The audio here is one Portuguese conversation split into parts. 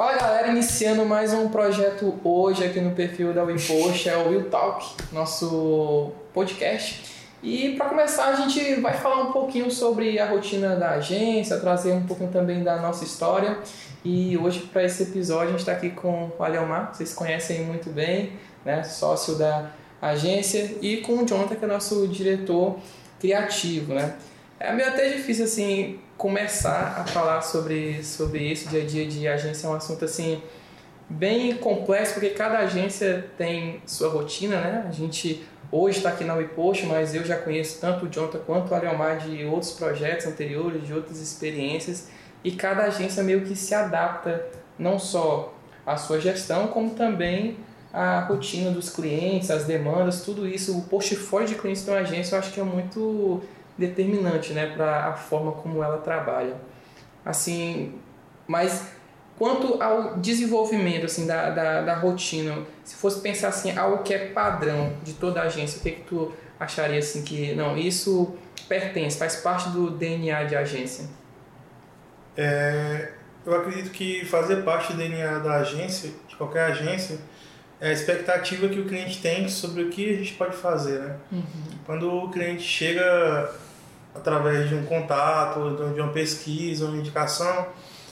Fala galera, iniciando mais um projeto hoje aqui no perfil da WePost, é o Will Talk, nosso podcast. E para começar a gente vai falar um pouquinho sobre a rotina da agência, trazer um pouquinho também da nossa história. E hoje para esse episódio a gente está aqui com o Aliomar, vocês conhecem muito bem, né? Sócio da agência, e com o Jonathan, que é nosso diretor criativo, né? É meio até difícil assim começar a falar sobre isso. Dia a dia de agência é um assunto assim bem complexo, porque cada agência tem sua rotina, né? A gente hoje está aqui na WePost, mas eu já conheço tanto o Jonathan quanto o Aliomar de outros projetos anteriores, de outras experiências, e cada agência meio que se adapta não só à sua gestão, como também à rotina dos clientes, as demandas, tudo isso. O portfólio de clientes de uma agência eu acho que é muito determinante, né, para a forma como ela trabalha. Assim, mas quanto ao desenvolvimento assim, da rotina, se fosse pensar assim, algo que é padrão de toda a agência, o que tu acharia assim que, não, isso pertence, faz parte do DNA de agência? Eu acredito que fazer parte do DNA da agência, de qualquer agência, é a expectativa que o cliente tem sobre o que a gente pode fazer, né? Quando o cliente chega através de um contato, de uma pesquisa, uma indicação,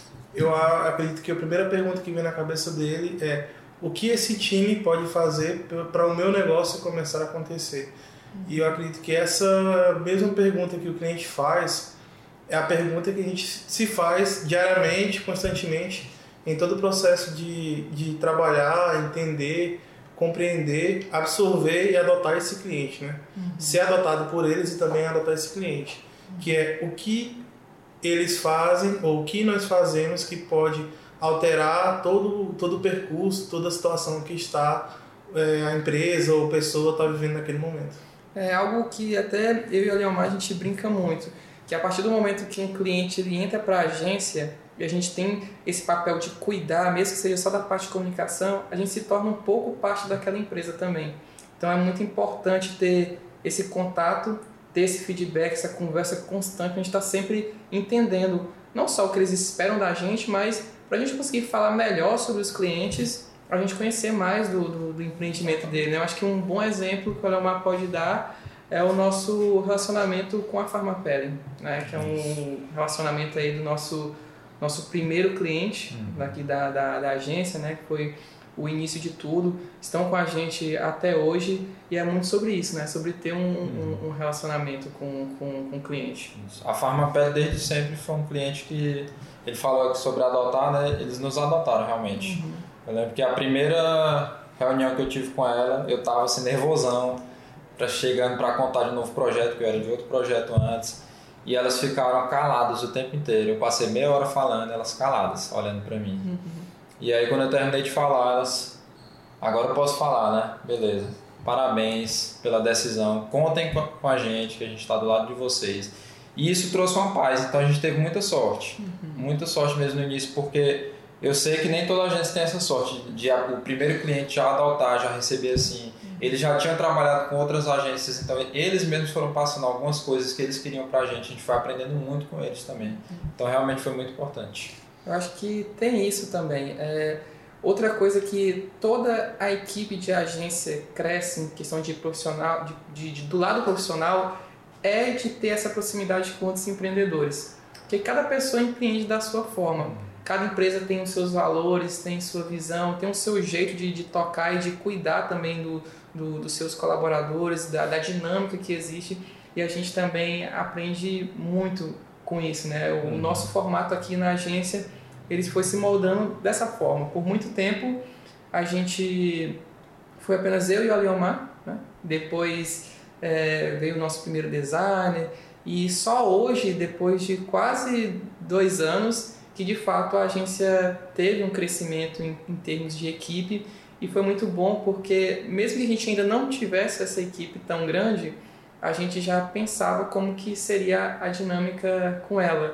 eu acredito que a primeira pergunta que vem na cabeça dele é: o que esse time pode fazer para o meu negócio começar a acontecer? E eu acredito que essa mesma pergunta que o cliente faz é a pergunta que a gente se faz diariamente, constantemente, em todo o processo de trabalhar, entender, compreender, absorver e adotar esse cliente, né? Ser adotado por eles e também adotar esse cliente, que é o que eles fazem ou o que nós fazemos que pode alterar todo o percurso, toda a situação que está a empresa ou a pessoa está vivendo naquele momento. É algo que até eu e o Aliomar a gente brinca muito, que a partir do momento que um cliente ele entra para a agência e a gente tem esse papel de cuidar, mesmo que seja só da parte de comunicação, a gente se torna um pouco parte daquela empresa também. Então é muito importante ter esse contato, ter esse feedback, essa conversa constante, a gente está sempre entendendo não só o que eles esperam da gente, mas para a gente conseguir falar melhor sobre os clientes, a gente conhecer mais do empreendimento dele, né? Eu acho que um bom exemplo que o Aliomar pode dar é o nosso relacionamento com a Farmapele, né? Que é um relacionamento aí do nosso primeiro cliente daqui da agência, né? Que foi o início de tudo. Estão com a gente até hoje e é muito sobre isso, né? Sobre ter um relacionamento com o cliente. A Farmapele desde sempre foi um cliente que ele falou sobre adotar, né? Eles nos adotaram realmente. Eu lembro que a primeira reunião que eu tive com ela, eu estava assim nervosão, chegando para contar de um novo projeto, que eu era de outro projeto antes, e elas ficaram caladas o tempo inteiro. Eu passei meia hora falando, elas caladas, olhando para mim. E aí quando eu terminei de falar, elas: agora eu posso falar, né? Beleza, parabéns pela decisão, contem com a gente, que a gente está do lado de vocês. E isso trouxe uma paz, então a gente teve muita sorte mesmo no início, porque eu sei que nem toda agência tem essa sorte de o primeiro cliente já adotar, já receber assim. Eles já tinham trabalhado com outras agências, então eles mesmos foram passando algumas coisas que eles queriam pra gente. A gente foi aprendendo muito com eles também. Então realmente foi muito importante. Eu acho que tem isso também. Outra coisa que toda a equipe de agência cresce em questão de profissional, do lado profissional, é de ter essa proximidade com outros empreendedores. Porque cada pessoa empreende da sua forma. Cada empresa tem os seus valores, tem sua visão, tem o seu jeito de tocar e de cuidar também dos seus colaboradores, da dinâmica que existe, e a gente também aprende muito com isso, né? O nosso formato aqui na agência, ele foi se moldando dessa forma. Por muito tempo a gente foi apenas eu e o Aliomar, né? Depois veio o nosso primeiro designer, e só hoje, depois de quase 2 anos, que de fato a agência teve um crescimento em termos de equipe. E foi muito bom porque mesmo que a gente ainda não tivesse essa equipe tão grande, a gente já pensava como que seria a dinâmica com ela.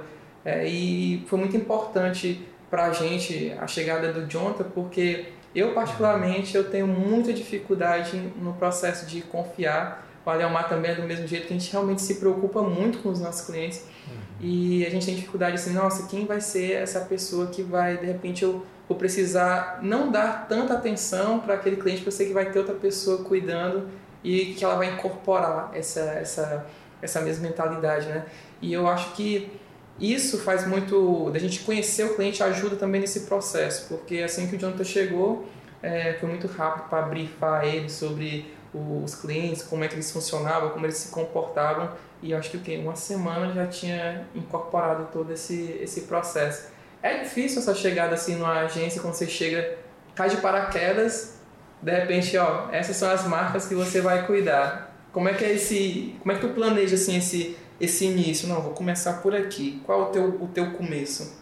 E foi muito importante para a gente a chegada do Jonathan, porque eu particularmente eu tenho muita dificuldade no processo de confiar. O Aliomar também é do mesmo jeito, que a gente realmente se preocupa muito com os nossos clientes. E a gente tem dificuldade assim, nossa, quem vai ser essa pessoa que vai, de repente, eu vou precisar não dar tanta atenção para aquele cliente, porque eu sei que vai ter outra pessoa cuidando e que ela vai incorporar essa mesma mentalidade, né? E eu acho que isso faz muito, da gente conhecer o cliente ajuda também nesse processo, porque assim que o Jonathan chegou, foi muito rápido para brifar ele sobre os clientes, como é que eles funcionavam, como eles se comportavam, e eu acho que uma semana já tinha incorporado todo esse processo. É difícil essa chegada assim numa agência, quando você chega, cai de paraquedas, de repente, essas são as marcas que você vai cuidar. Como é que tu planeja assim esse início? Não, vou começar por aqui. Qual é o teu começo?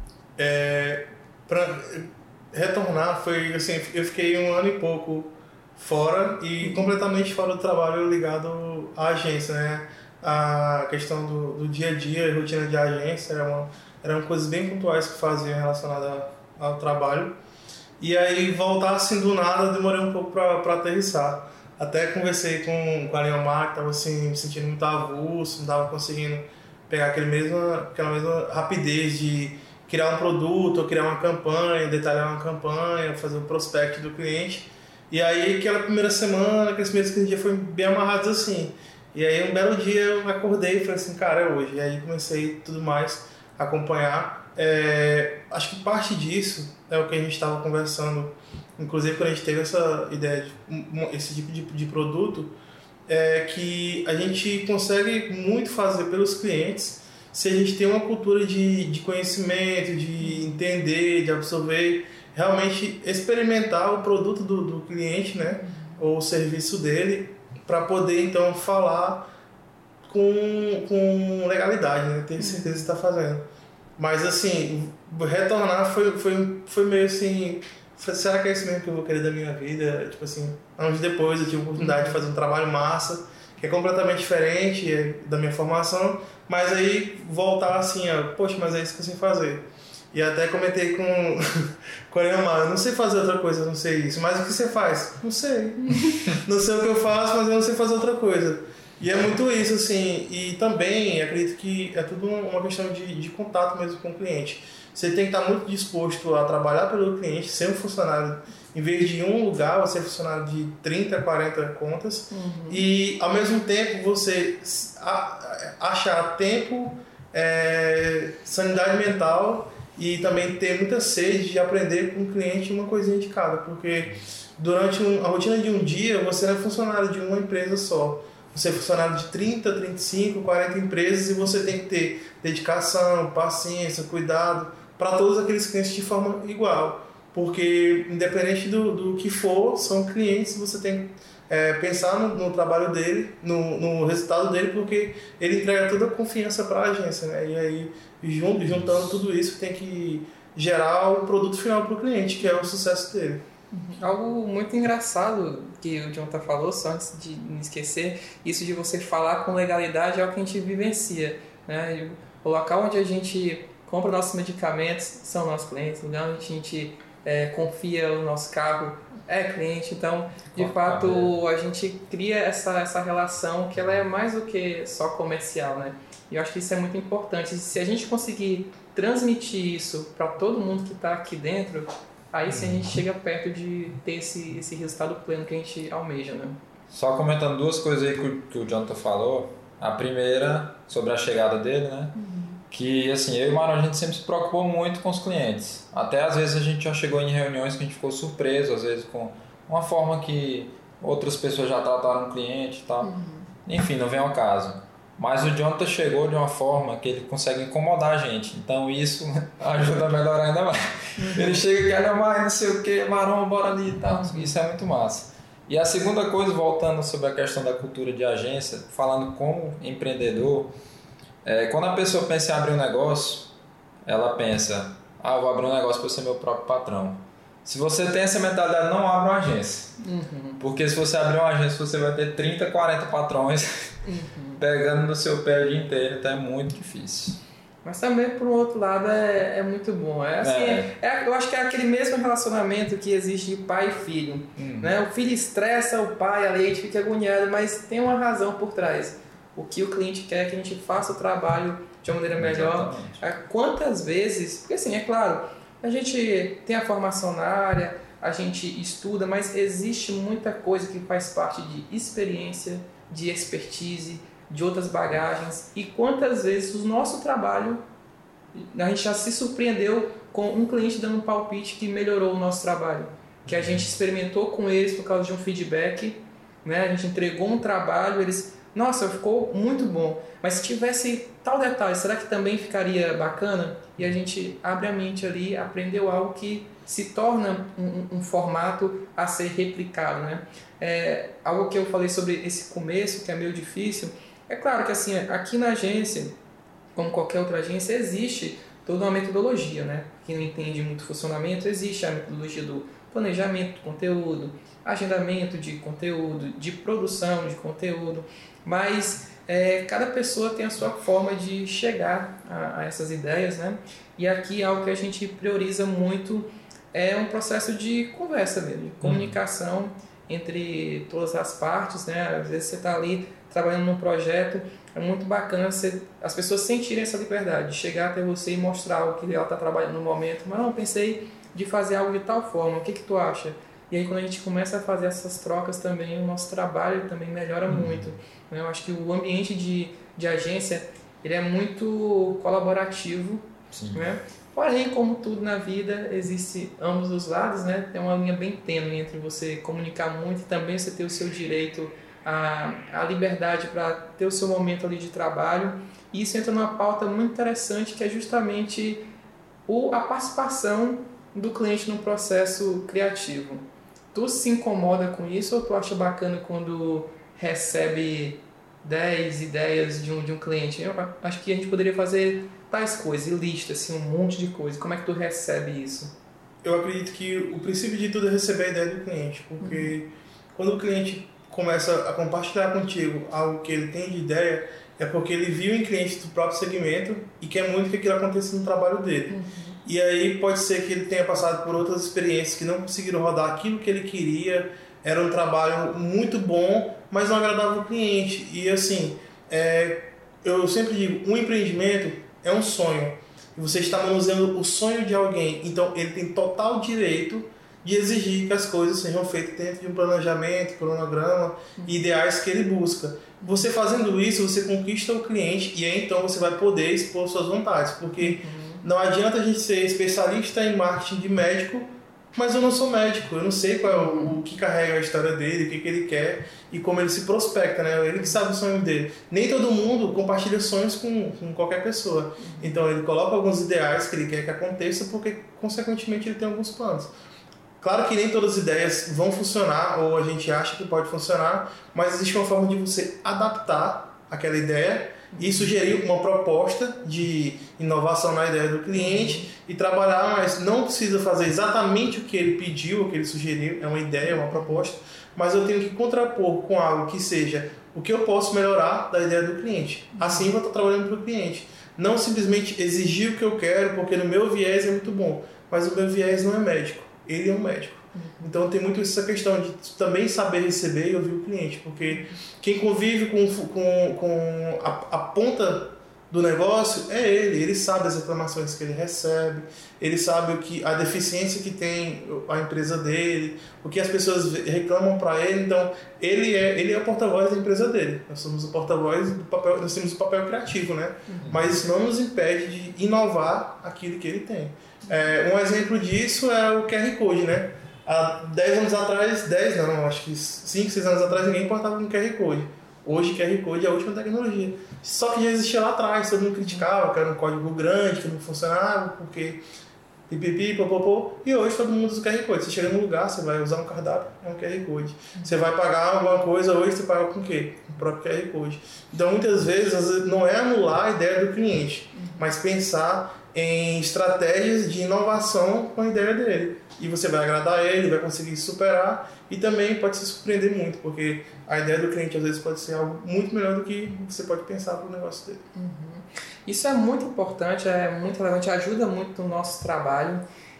Para retornar, foi assim, eu fiquei 1 ano e pouco fora e completamente fora do trabalho ligado à agência, né? A questão do dia a dia e rotina de agência eram coisas bem pontuais que fazia relacionada ao trabalho. E aí voltar assim do nada, demorei um pouco para aterrissar. Até conversei com a Leomar, que estava assim, me sentindo muito avulso, não estava conseguindo pegar aquela mesma rapidez de criar um produto, ou criar uma campanha, detalhar uma campanha, fazer o prospect do cliente. E aí aquela primeira semana, aqueles primeiros 15 dias foi bem amarrados assim. E aí um belo dia eu acordei e falei assim, cara, é hoje. E aí comecei tudo mais a acompanhar. Acho que parte disso é o que a gente estava conversando, inclusive quando a gente teve essa ideia de esse tipo de produto, que a gente consegue muito fazer pelos clientes se a gente tem uma cultura de conhecimento, de entender, de absorver, realmente experimentar o produto do cliente, né, ou o serviço dele, para poder então falar com legalidade, né, ter certeza que está fazendo. Mas assim, retornar foi meio assim, será que é isso mesmo que eu vou querer da minha vida? Tipo assim, anos depois eu tive a oportunidade de fazer um trabalho massa, que é completamente diferente da minha formação, mas aí voltar assim, poxa, mas é isso que eu sei fazer. E até comentei com a Leomar, eu não sei fazer outra coisa, eu não sei isso, mas o que você faz? Não sei. Não sei o que eu faço, mas eu não sei fazer outra coisa. E é muito isso, assim, e também acredito que é tudo uma questão de contato mesmo com o cliente. Você tem que estar muito disposto a trabalhar pelo cliente, ser um funcionário, em vez de um lugar, você é funcionário de 30, 40 contas, e ao mesmo tempo você achar tempo, sanidade mental e também ter muita sede de aprender com o cliente uma coisinha de cada, porque durante a rotina de um dia você não é funcionário de uma empresa só. Você é funcionário de 30, 35, 40 empresas e você tem que ter dedicação, paciência, cuidado para todos aqueles clientes de forma igual. Porque, independente do que for, são clientes, você tem que pensar no trabalho dele, no resultado dele, porque ele entrega toda a confiança para a agência, né? E aí, juntando tudo isso, tem que gerar o produto final para o cliente, que é o sucesso dele. Algo muito engraçado que o Jonathan falou, só antes de me esquecer, isso de você falar com legalidade é o que a gente vivencia, né? O local onde a gente compra nossos medicamentos são nossos clientes, o lugar onde a gente confia o nosso carro é cliente, então de fato a gente cria essa relação que ela é mais do que só comercial, né? E eu acho que isso é muito importante. Se a gente conseguir transmitir isso para todo mundo que está aqui dentro, aí sim a gente chega perto de ter esse resultado pleno que a gente almeja, né? Só comentando duas coisas aí que o Jonathan falou. A primeira, sobre a chegada dele, né? Que, assim, eu e o Maro, a gente sempre se preocupou muito com os clientes. Até, às vezes, a gente já chegou em reuniões que a gente ficou surpreso, às vezes, com uma forma que outras pessoas já trataram o cliente e tal. Enfim, não vem ao caso. Mas o Jonathan chegou de uma forma que ele consegue incomodar a gente. Então isso ajuda a melhorar ainda mais. Ele chega aqui, mais não sei o que, Marão, bora ali e tal. Isso é muito massa. E a segunda coisa, voltando sobre a questão da cultura de agência, falando como empreendedor, quando a pessoa pensa em abrir um negócio, ela pensa, eu vou abrir um negócio para ser meu próprio patrão. Se você tem essa mentalidade, não abra uma agência. Porque se você abrir uma agência, você vai ter 30, 40 patrões pegando no seu pé o dia inteiro, então é muito difícil. Mas também, por outro lado, é muito bom. Eu acho que é aquele mesmo relacionamento que existe de pai e filho. Né? O filho estressa o pai, a gente fica agoniado, mas tem uma razão por trás. O que o cliente quer é que a gente faça o trabalho de uma maneira melhor. Quantas vezes... Porque assim, é claro, A gente tem a formação na área, a gente estuda, mas existe muita coisa que faz parte de experiência, de expertise, de outras bagagens. E quantas vezes o nosso trabalho, a gente já se surpreendeu com um cliente dando um palpite que melhorou o nosso trabalho, que a gente experimentou com eles por causa de um feedback, né? A gente entregou um trabalho, eles, nossa, ficou muito bom, mas se tivesse tal detalhe, será que também ficaria bacana? E a gente abre a mente ali, aprendeu algo que se torna um formato a ser replicado, né? Algo que eu falei sobre esse começo, que é meio difícil, é claro que assim, aqui na agência, como qualquer outra agência, existe toda uma metodologia, né? Quem não entende muito funcionamento, existe a metodologia do planejamento de conteúdo, agendamento de conteúdo, de produção de conteúdo, mas cada pessoa tem a sua forma de chegar a essas ideias, né? E aqui algo que a gente prioriza muito é um processo de conversa mesmo, de comunicação entre todas as partes, né? Às vezes você está ali trabalhando num projeto, é muito bacana as pessoas sentirem essa liberdade de chegar até você e mostrar o que ela está trabalhando no momento. Mas não, pensei de fazer algo de tal forma, o que tu acha? E aí quando a gente começa a fazer essas trocas também, o nosso trabalho também melhora muito. Né? Eu acho que o ambiente de agência, ele é muito colaborativo, né? Porém, como tudo na vida, existe ambos os lados, né? Tem uma linha bem tênue entre você comunicar muito e também você ter o seu direito a liberdade para ter o seu momento ali de trabalho. E isso entra numa pauta muito interessante, que é justamente a participação do cliente no processo criativo. Tu se incomoda com isso ou tu acha bacana quando recebe 10 ideias de um cliente? Eu acho que a gente poderia fazer tais coisas, e lista assim, um monte de coisas. Como é que tu recebe isso? Eu acredito que o princípio de tudo é receber a ideia do cliente, porque quando o cliente começa a compartilhar contigo algo que ele tem de ideia, é porque ele viu em cliente do próprio segmento e quer muito que aquilo aconteça no trabalho dele. E aí pode ser que ele tenha passado por outras experiências que não conseguiram rodar aquilo que ele queria, era um trabalho muito bom, mas não agradava o cliente. E assim, eu sempre digo, um empreendimento é um sonho. E você está manuseando o sonho de alguém. Então ele tem total direito de exigir que as coisas sejam feitas dentro de um planejamento, cronograma, ideais que ele busca. Você fazendo isso, você conquista o cliente e aí então você vai poder expor suas vontades. Porque não adianta a gente ser especialista em marketing de médico, mas eu não sou médico, eu não sei qual é o que carrega a história dele, o que ele quer e como ele se prospecta, né? Ele que sabe o sonho dele. Nem todo mundo compartilha sonhos com qualquer pessoa. Então ele coloca alguns ideais que ele quer que aconteça porque, consequentemente, ele tem alguns planos. Claro que nem todas as ideias vão funcionar ou a gente acha que pode funcionar, mas existe uma forma de você adaptar aquela ideia e sugerir uma proposta de inovação na ideia do cliente e trabalhar, mas não precisa fazer exatamente o que ele pediu, o que ele sugeriu, é uma ideia, é uma proposta, mas eu tenho que contrapor com algo que seja o que eu posso melhorar da ideia do cliente. Assim eu vou estar trabalhando para o cliente. Não simplesmente exigir o que eu quero, porque no meu viés é muito bom, mas o meu viés não é médico, ele é um médico. Então tem muito essa questão de também saber receber e ouvir o cliente, porque quem convive com a ponta do negócio é ele sabe as reclamações que ele recebe, ele sabe a deficiência que tem a empresa dele, o que as pessoas reclamam para ele, então ele é o porta-voz da empresa dele, nós somos o porta-voz do papel, nós temos o papel criativo, né? Mas isso não nos impede de inovar aquilo que ele tem. Um exemplo disso é o QR Code, né? Há 10 anos atrás, acho que 5, 6 anos atrás ninguém importava com QR Code. Hoje QR Code é a última tecnologia. Só que já existia lá atrás, todo mundo criticava que era um código grande, que não funcionava, porque pipipi, popopô. E hoje todo mundo usa o QR Code. Você chega num lugar, você vai usar um cardápio, é um QR Code. Você vai pagar alguma coisa, hoje você paga com o quê? Com o próprio QR Code. Então muitas vezes não é anular a ideia do cliente, mas pensar em estratégias de inovação com a ideia dele. E você vai agradar ele, vai conseguir superar e também pode se surpreender muito, porque a ideia do cliente às vezes pode ser algo muito melhor do que você pode pensar para o negócio dele. Isso é muito importante, é muito relevante, ajuda muito no nosso trabalho.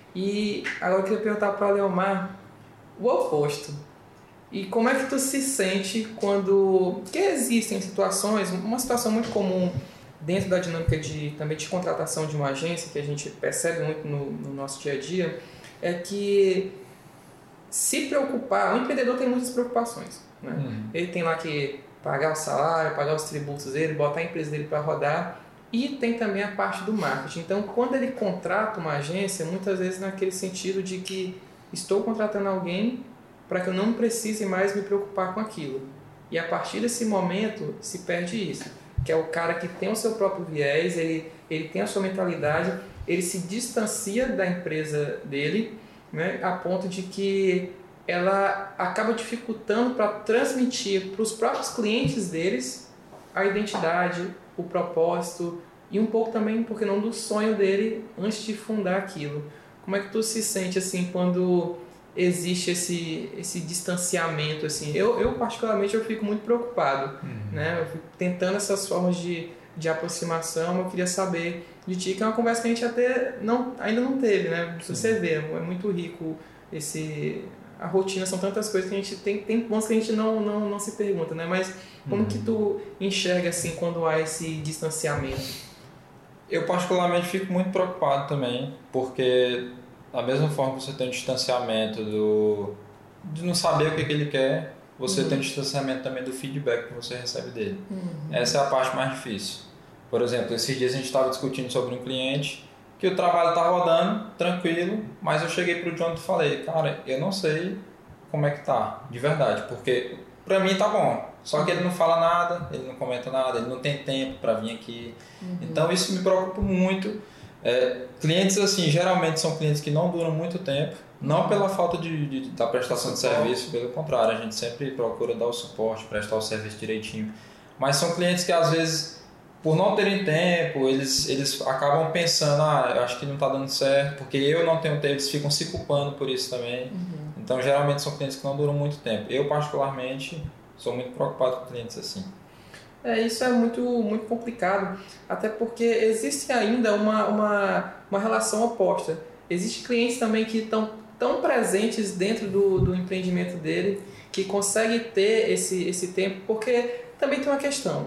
E agora eu queria perguntar para o Leomar o oposto. E como é que tu se sente quando... Porque existem situações, uma situação muito comum dentro da dinâmica também de contratação de uma agência, que a gente percebe muito no nosso dia a dia, é que se preocupar, o empreendedor tem muitas preocupações, né? Ele tem lá que pagar o salário, pagar os tributos dele, botar a empresa dele para rodar, e tem também a parte do marketing. Então, quando ele contrata uma agência, muitas vezes naquele sentido de que estou contratando alguém para que eu não precise mais me preocupar com aquilo. E a partir desse momento se perde isso, que é o cara que tem o seu próprio viés, ele tem a sua mentalidade, ele se distancia da empresa dele, né, a ponto de que ela acaba dificultando para transmitir para os próprios clientes deles a identidade, o propósito e um pouco também, porque não, do sonho dele antes de fundar aquilo. Como é que tu se sente assim quando existe esse distanciamento assim? Eu particularmente eu fico muito preocupado, né? Eu fico tentando essas formas de aproximação. Eu queria saber de ti, que é uma conversa que a gente ainda não teve, né? Você vê, é muito rico a rotina, são tantas coisas que a gente tem pontos que a gente não se pergunta, né? Mas como que tu enxerga assim quando há esse distanciamento? Eu particularmente fico muito preocupado também, porque da mesma forma que você tem o distanciamento de não saber o que ele quer, você tem o distanciamento também do feedback que você recebe dele. Essa é a parte mais difícil. Por exemplo, esses dias a gente estava discutindo sobre um cliente que o trabalho está rodando, tranquilo, mas eu cheguei para o Jonathan e falei, cara, eu não sei como é que tá, de verdade, porque para mim tá bom, só que ele não fala nada, ele não comenta nada, ele não tem tempo para vir aqui. Então isso me preocupa muito. Clientes assim, geralmente são clientes que não duram muito tempo, não pela falta da prestação de serviço, pelo contrário, a gente sempre procura dar o suporte, prestar o serviço direitinho, mas são clientes que às vezes, por não terem tempo, eles acabam pensando, eu acho que não está dando certo, porque eu não tenho tempo, eles ficam se culpando por isso também. Então geralmente são clientes que não duram muito tempo. Eu particularmente sou muito preocupado com clientes assim. Isso é muito, muito complicado, até porque existe ainda uma relação oposta. Existem clientes também que estão tão presentes dentro do empreendimento dele, que conseguem ter esse tempo, porque também tem uma questão.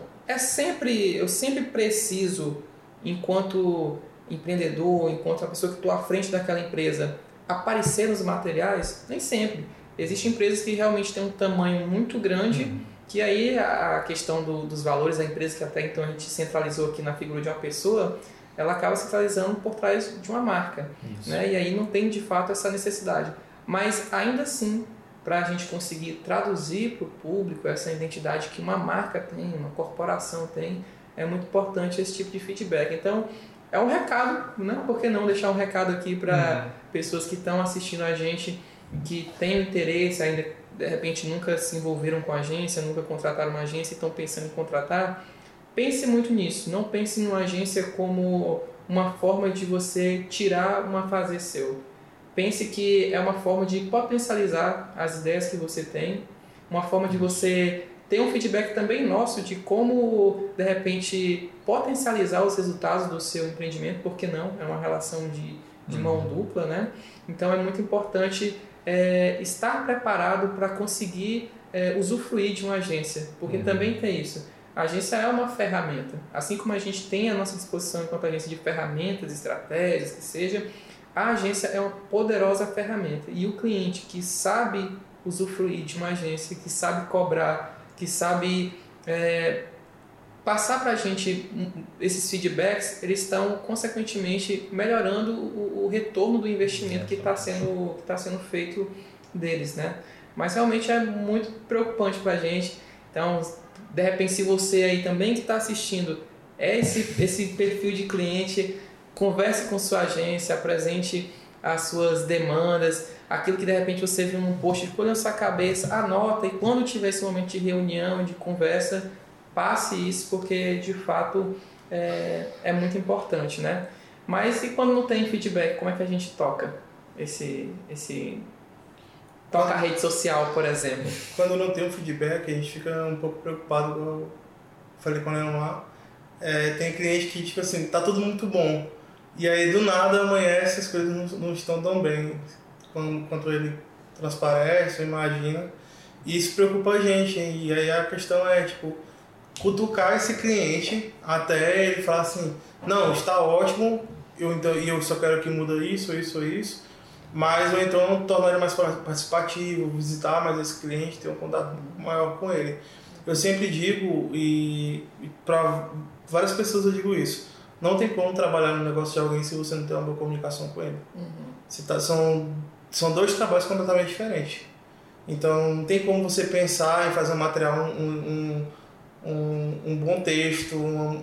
Eu sempre preciso, enquanto empreendedor, enquanto a pessoa que estou à frente daquela empresa, aparecer nos materiais? Nem sempre. Existem empresas que realmente têm um tamanho muito grande, que aí a questão dos valores da empresa, que até então a gente centralizou aqui na figura de uma pessoa, ela acaba centralizando por trás de uma marca, né? E aí não tem de fato essa necessidade. Mas ainda assim, para a gente conseguir traduzir para o público essa identidade que uma marca tem, uma corporação tem, é muito importante esse tipo de feedback. Então, é um recado, né? Por que não deixar um recado aqui para pessoas que estão assistindo a gente, que têm interesse ainda, de repente nunca se envolveram com a agência, nunca contrataram uma agência e estão pensando em contratar. Pense muito nisso, não pense numa agência como uma forma de você tirar uma fazer seu. Pense que é uma forma de potencializar as ideias que você tem, uma forma de você ter um feedback também nosso de como, de repente, potencializar os resultados do seu empreendimento, porque não, é uma relação de mão dupla, né? Então é muito importante estar preparado para conseguir usufruir de uma agência, porque também tem isso. A agência é uma ferramenta, assim como a gente tem à nossa disposição enquanto agência de ferramentas, estratégias, que seja, a agência é uma poderosa ferramenta. E o cliente que sabe usufruir de uma agência, que sabe cobrar, que sabe passar para a gente esses feedbacks, eles estão, consequentemente, melhorando o retorno do investimento que está sendo feito deles, né? Mas realmente é muito preocupante para a gente. Então, de repente, se você aí também que está assistindo esse perfil de cliente, converse com sua agência, apresente as suas demandas, aquilo que de repente você viu num post e ficou na sua cabeça, anota, e quando tiver esse momento de reunião, de conversa, passe isso, porque de fato é muito importante, né? Mas e quando não tem feedback, como é que a gente toca toca a rede social, por exemplo? Quando não tem um feedback, a gente fica um pouco preocupado, como eu falei com o Leomar. Tem cliente que, tipo assim, tá tudo muito bom. E aí, do nada, amanhece, as coisas não estão tão bem quanto ele transparece, imagina. E isso preocupa a gente, hein? E aí a questão é, tipo, cutucar esse cliente até ele falar assim, não, está ótimo, eu só quero que mude isso, mas ou então tornar ele mais participativo, visitar mais esse cliente, ter um contato maior com ele. Eu sempre digo, e para várias pessoas eu digo isso, não tem como trabalhar no negócio de alguém se você não tem uma boa comunicação com ele. São dois trabalhos completamente diferentes. Então não tem como você pensar em fazer um material, um bom texto,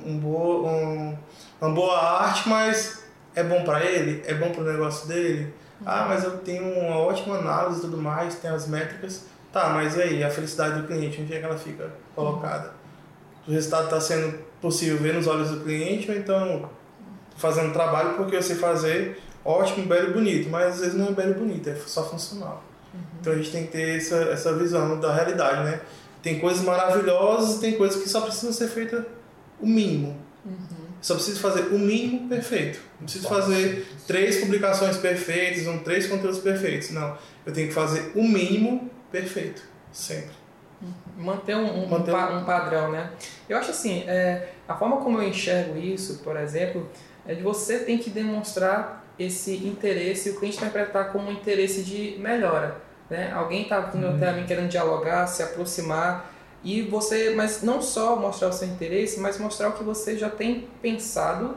uma boa arte, mas é bom para ele, é bom para o negócio dele. Ah, mas eu tenho uma ótima análise e tudo mais, tem as métricas. Tá, mas e aí, a felicidade do cliente, onde é que ela fica colocada? O resultado está sendo possível ver nos olhos do cliente, ou então fazendo trabalho porque eu sei fazer ótimo, belo e bonito, mas às vezes não é belo e bonito, é só funcional. Então a gente tem que ter essa visão da realidade, né? Tem coisas maravilhosas e tem coisas que só precisam ser feitas o mínimo. Só preciso fazer o mínimo perfeito. Não preciso fazer 3 publicações perfeitas, 3 conteúdos perfeitos. Não, eu tenho que fazer o mínimo perfeito, sempre. Manter um padrão, né? Eu acho assim, a forma como eu enxergo isso, por exemplo, é de você tem que demonstrar esse interesse, o cliente interpretar como um interesse de melhora, né? Alguém está vindo até a mim querendo dialogar, se aproximar, e você, mas não só mostrar o seu interesse, mas mostrar o que você já tem pensado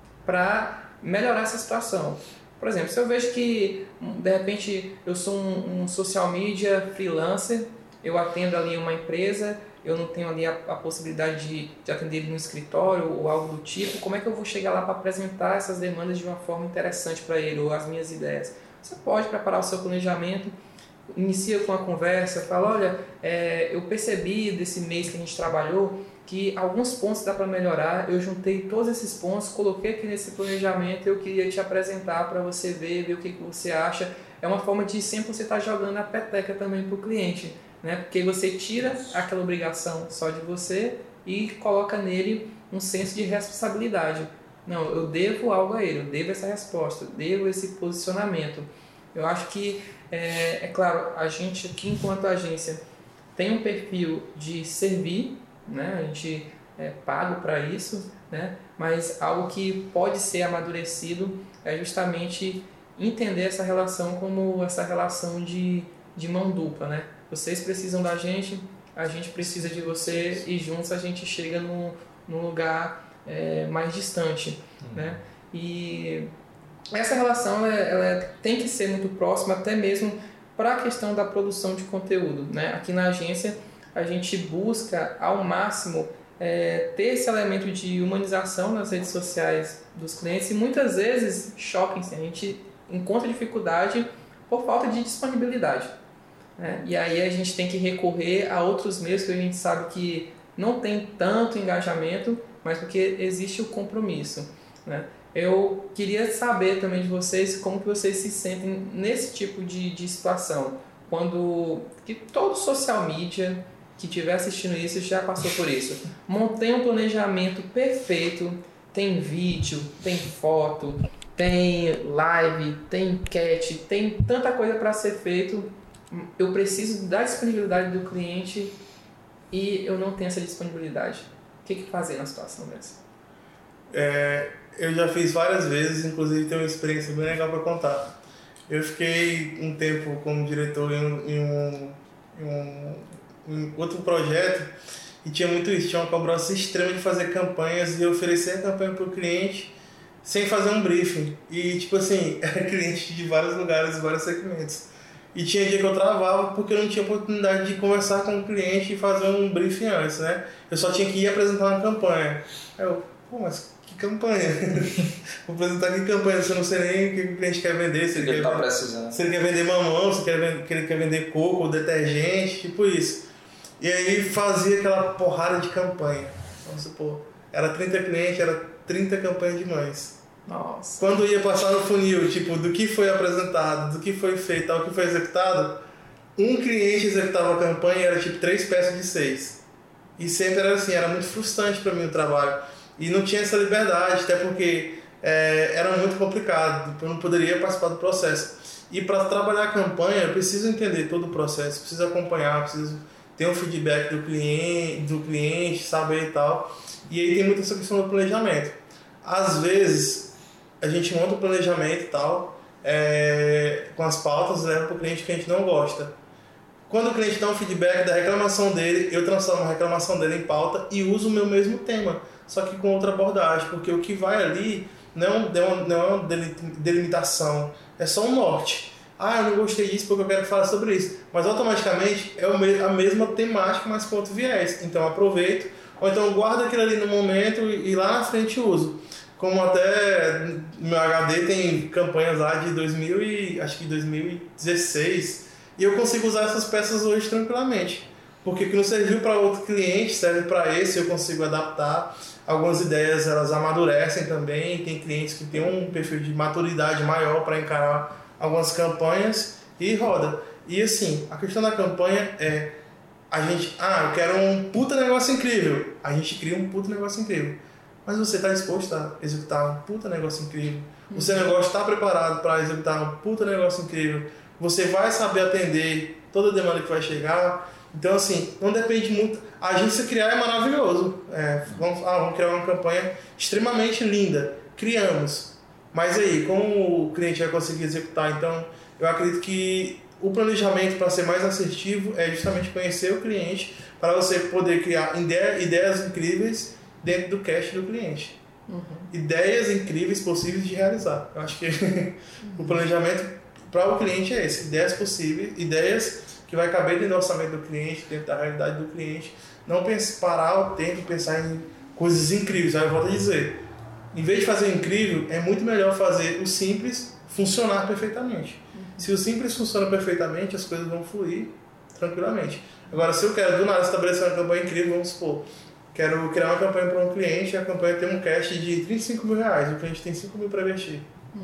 para melhorar essa situação. Por exemplo, se eu vejo que, de repente, eu sou um social media freelancer, eu atendo ali uma empresa, eu não tenho ali a possibilidade de atender ele no escritório ou algo do tipo, como é que eu vou chegar lá para apresentar essas demandas de uma forma interessante para ele, ou as minhas ideias? Você pode preparar o seu planejamento, inicia com a conversa, fala, olha, eu percebi desse mês que a gente trabalhou que alguns pontos dá para melhorar, eu juntei todos esses pontos, coloquei aqui nesse planejamento, eu queria te apresentar para você ver o que você acha. É uma forma de sempre você estar jogando a peteca também para o cliente, né? Porque você tira aquela obrigação só de você e coloca nele um senso de responsabilidade. Não, eu devo algo a ele, eu devo essa resposta, eu devo esse posicionamento. Eu acho que, é claro, a gente aqui enquanto agência tem um perfil de servir, né? A gente é pago para isso, né? Mas algo que pode ser amadurecido é justamente entender essa relação como essa relação de mão dupla, né? Vocês precisam da gente, a gente precisa de você e juntos a gente chega num lugar mais distante, né? E essa relação ela tem que ser muito próxima, até mesmo para a questão da produção de conteúdo, né? Aqui na agência a gente busca ao máximo ter esse elemento de humanização nas redes sociais dos clientes e muitas vezes choquem-se, a gente encontra dificuldade por falta de disponibilidade, né? E aí a gente tem que recorrer a outros meios que a gente sabe que não tem tanto engajamento, mas porque existe o compromisso, né? Eu queria saber também de vocês como que vocês se sentem nesse tipo de situação, quando que todo social media que estiver assistindo isso já passou por isso. Montei um planejamento perfeito, tem vídeo, tem foto, tem live, tem enquete, tem tanta coisa para ser feito. Eu preciso da disponibilidade do cliente e eu não tenho essa disponibilidade. O que fazer na situação dessa? Eu já fiz várias vezes, inclusive tenho uma experiência bem legal para contar. Eu fiquei um tempo como diretor em outro projeto e tinha muito isso, tinha uma cobrança extrema de fazer campanhas e oferecer a campanha para o cliente sem fazer um briefing. E tipo assim, era cliente de vários lugares, vários segmentos. E tinha dia que eu travava porque eu não tinha oportunidade de conversar com o cliente e fazer um briefing antes, né? Eu só tinha que ir apresentar uma campanha. Aí eu, mas que campanha? Vou apresentar que campanha? Se eu não sei nem o que o cliente quer vender, se ele quer vender mamão, se ele quer vender coco, detergente, tipo isso. E aí fazia aquela porrada de campanha. Vamos supor, era 30 clientes, era 30 campanhas de mães. Nossa. Quando ia passar no funil, tipo, do que foi apresentado, do que foi feito, ao que foi executado, um cliente executava a campanha e era tipo 3 peças de 6. E sempre era assim, era muito frustrante para mim o trabalho. E não tinha essa liberdade, até porque era muito complicado, eu não poderia participar do processo. E para trabalhar a campanha, eu preciso entender todo o processo, preciso acompanhar, preciso ter um feedback do cliente, saber e tal. E aí tem muita essa questão do planejamento. Às vezes, a gente monta o planejamento e tal, com as pautas, leva para o cliente que a gente não gosta. Quando o cliente dá um feedback da reclamação dele, eu transformo a reclamação dele em pauta e uso o meu mesmo tema, só que com outra abordagem, porque o que vai ali não é uma delimitação, é só um norte. Eu não gostei disso porque eu quero falar sobre isso. Mas automaticamente é a mesma temática, mas com outro viés. Então aproveito, ou então guardo aquilo ali no momento e lá na frente uso. Como até meu HD tem campanhas lá de 2016 e eu consigo usar essas peças hoje tranquilamente. Porque o que não serviu para outro cliente serve para esse, eu consigo adaptar. Algumas ideias elas amadurecem também. Tem clientes que têm um perfil de maturidade maior para encarar algumas campanhas e roda. E assim, a questão da campanha é a gente, eu quero um puta negócio incrível. A gente cria um puta negócio incrível. Mas você está disposto a executar um puta negócio incrível? O seu negócio está preparado para executar um puta negócio incrível? Você vai saber atender toda a demanda que vai chegar? Então assim, não depende muito. A agência criar é maravilhoso. Vamos criar uma campanha extremamente linda. Criamos. Mas aí, como o cliente vai conseguir executar? Então, eu acredito que o planejamento para ser mais assertivo é justamente conhecer o cliente para você poder criar ideias incríveis dentro do cast do cliente. Ideias incríveis possíveis de realizar. Eu acho que o planejamento para o cliente é esse. Ideias possíveis, ideias que vai caber dentro do orçamento do cliente, dentro da realidade do cliente. Não parar o tempo e pensar em coisas incríveis. Aí eu volto a dizer, em vez de fazer o incrível, é muito melhor fazer o simples funcionar perfeitamente. Se o simples funciona perfeitamente, as coisas vão fluir tranquilamente. Agora, se eu quero do nada estabelecer uma campanha incrível, vamos supor, quero criar uma campanha para um cliente e a campanha tem um cast de R$35 mil, o cliente tem 5 mil para investir.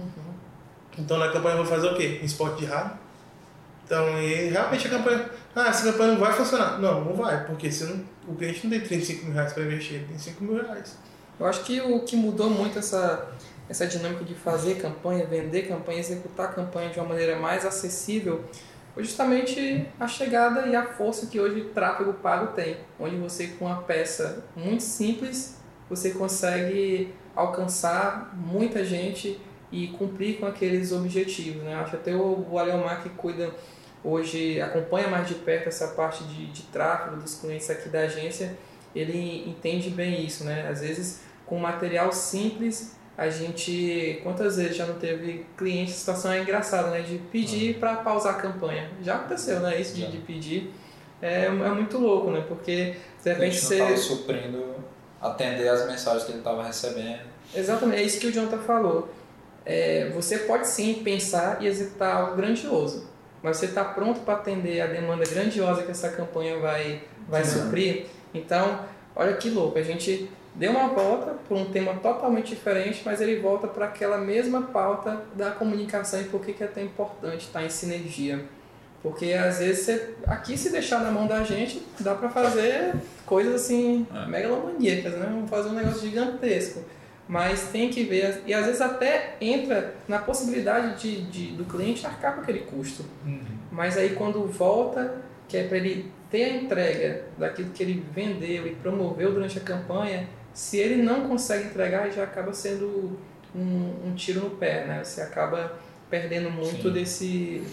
Então na campanha eu vou fazer o quê? Um spot de rádio? Então, e realmente a campanha, essa campanha não vai funcionar. Não vai, porque o cliente não tem R$35 mil para investir, ele tem R$5 mil. Eu acho que o que mudou muito essa dinâmica de fazer campanha, vender campanha, executar campanha de uma maneira mais acessível foi justamente a chegada e a força que hoje o tráfego pago tem, onde você com uma peça muito simples, você consegue alcançar muita gente e cumprir com aqueles objetivos, né? Acho até o Aleomar que cuida hoje, acompanha mais de perto essa parte de tráfego dos clientes aqui da agência, ele entende bem isso, né? Às vezes com material simples a gente, quantas vezes já não teve cliente, a situação é engraçada, né? De pedir para pausar a campanha. Já aconteceu, né? Isso de pedir é muito louco, né? Porque de repente você não estava suprindo atender as mensagens que ele estava recebendo. Exatamente, é isso que o Jonathan falou. Você pode sim pensar e executar algo grandioso, mas você está pronto para atender a demanda grandiosa que essa campanha vai suprir? Então, olha que louco, a gente deu uma volta por um tema totalmente diferente, mas ele volta para aquela mesma pauta da comunicação e por que é tão importante estar em sinergia. Porque às vezes aqui se deixar na mão da gente, dá para fazer coisas assim megalomaníacas, né? Vamos fazer um negócio gigantesco. Mas tem que ver, e às vezes até entra na possibilidade do cliente arcar com aquele custo. Mas aí quando volta, que é para ele ter a entrega daquilo que ele vendeu e promoveu durante a campanha, se ele não consegue entregar, já acaba sendo um tiro no pé, né? Você acaba perdendo muito desse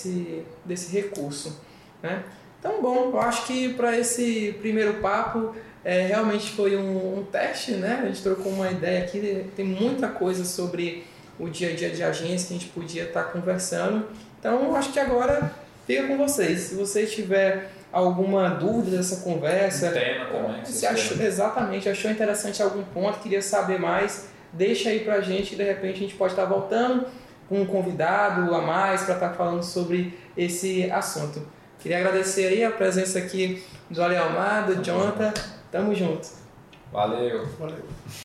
recurso, né? Então, bom, eu acho que para esse primeiro papo realmente foi um teste, né? A gente trocou uma ideia aqui, tem muita coisa sobre o dia a dia de agência que a gente podia estar conversando. Então, eu acho que agora fica com vocês. Se você tiver alguma dúvida dessa conversa, tema também, se achou interessante algum ponto, queria saber mais, deixa aí pra gente, que de repente a gente pode estar voltando com um convidado a mais para estar falando sobre esse assunto. Queria agradecer aí a presença aqui do Aleomar, do Jonathan. Tamo junto. Valeu.